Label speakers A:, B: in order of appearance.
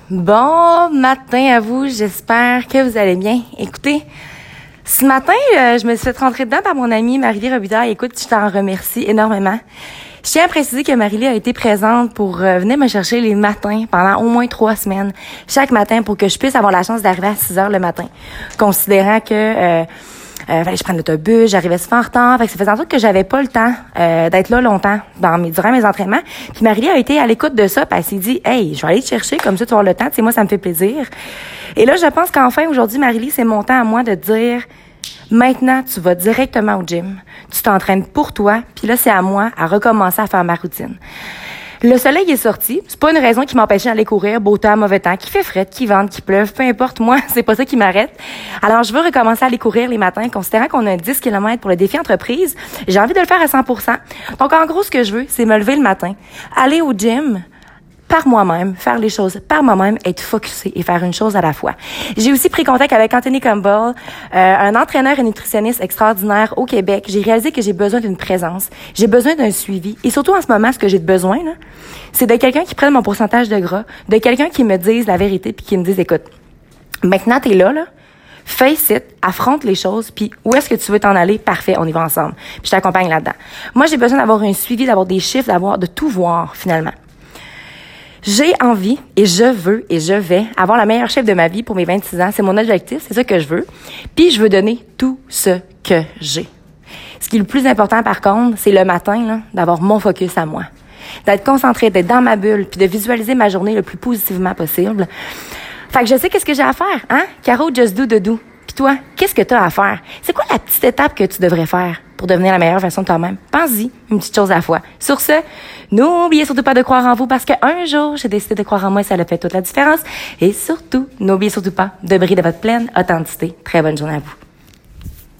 A: Bon matin à vous, j'espère que vous allez bien. Écoutez, ce matin, je me suis fait rentrer dedans par mon amie Marie-Lie Robitaille. Écoute, je t'en remercie énormément. Je tiens à préciser que Marie-Lie a été présente pour venir me chercher les matins pendant au moins 3 semaines, chaque matin, pour que je puisse avoir la chance d'arriver à 6 heures le matin, considérant que fallait que je prenne l'autobus, j'arrivais souvent en retard, fait que ça faisait en sorte que j'avais pas le temps d'être là longtemps durant mes entraînements. Puis Marie-Lie a été à l'écoute de ça, puis elle s'est dit hey, je vais aller te chercher, comme ça tu vas avoir le temps, tu sais, moi ça me fait plaisir. Et là, je pense qu'enfin aujourd'hui, Marie-Lie, c'est mon temps à moi de dire maintenant, tu vas directement au gym, tu t'entraînes pour toi, puis là c'est à moi à recommencer à faire ma routine. Le soleil est sorti. C'est pas une raison qui m'empêchait d'aller courir, beau temps, mauvais temps, qu'il fait fret, qu'il vente, qu'il pleuve, peu importe, moi, c'est pas ça qui m'arrête. Alors, je veux recommencer à aller courir les matins, considérant qu'on a 10 km pour le défi entreprise. J'ai envie de le faire à 100%. Donc, en gros, ce que je veux, c'est me lever le matin, aller au gym, par moi-même, faire les choses par moi-même, être focusé et faire une chose à la fois. J'ai aussi pris contact avec Anthony Campbell, un entraîneur et nutritionniste extraordinaire au Québec. J'ai réalisé que j'ai besoin d'une présence, j'ai besoin d'un suivi. Et surtout en ce moment, ce que j'ai besoin, là, c'est de quelqu'un qui prenne mon pourcentage de gras, de quelqu'un qui me dise la vérité puis qui me dise, écoute, maintenant t'es là, face it, affronte les choses, puis où est-ce que tu veux t'en aller? Parfait, on y va ensemble. Puis je t'accompagne là-dedans. Moi, j'ai besoin d'avoir un suivi, d'avoir des chiffres, de tout voir, finalement. J'ai envie et je veux et je vais avoir la meilleure chef de ma vie pour mes 26 ans. C'est mon objectif, c'est ça que je veux. Puis je veux donner tout ce que j'ai. Ce qui est le plus important par contre, c'est le matin, là, d'avoir mon focus à moi. D'être concentrée, d'être dans ma bulle, puis de visualiser ma journée le plus positivement possible. Fait que je sais qu'est-ce que j'ai à faire, hein? Caro, just do the do. Puis toi, qu'est-ce que tu as à faire? C'est quoi la petite étape que tu devrais faire pour devenir la meilleure version de toi-même? Pense-y, une petite chose à la fois. Sur ce, n'oubliez surtout pas de croire en vous parce qu'un jour, j'ai décidé de croire en moi et ça a fait toute la différence. Et surtout, n'oubliez surtout pas de briller de votre pleine authenticité. Très bonne journée à vous.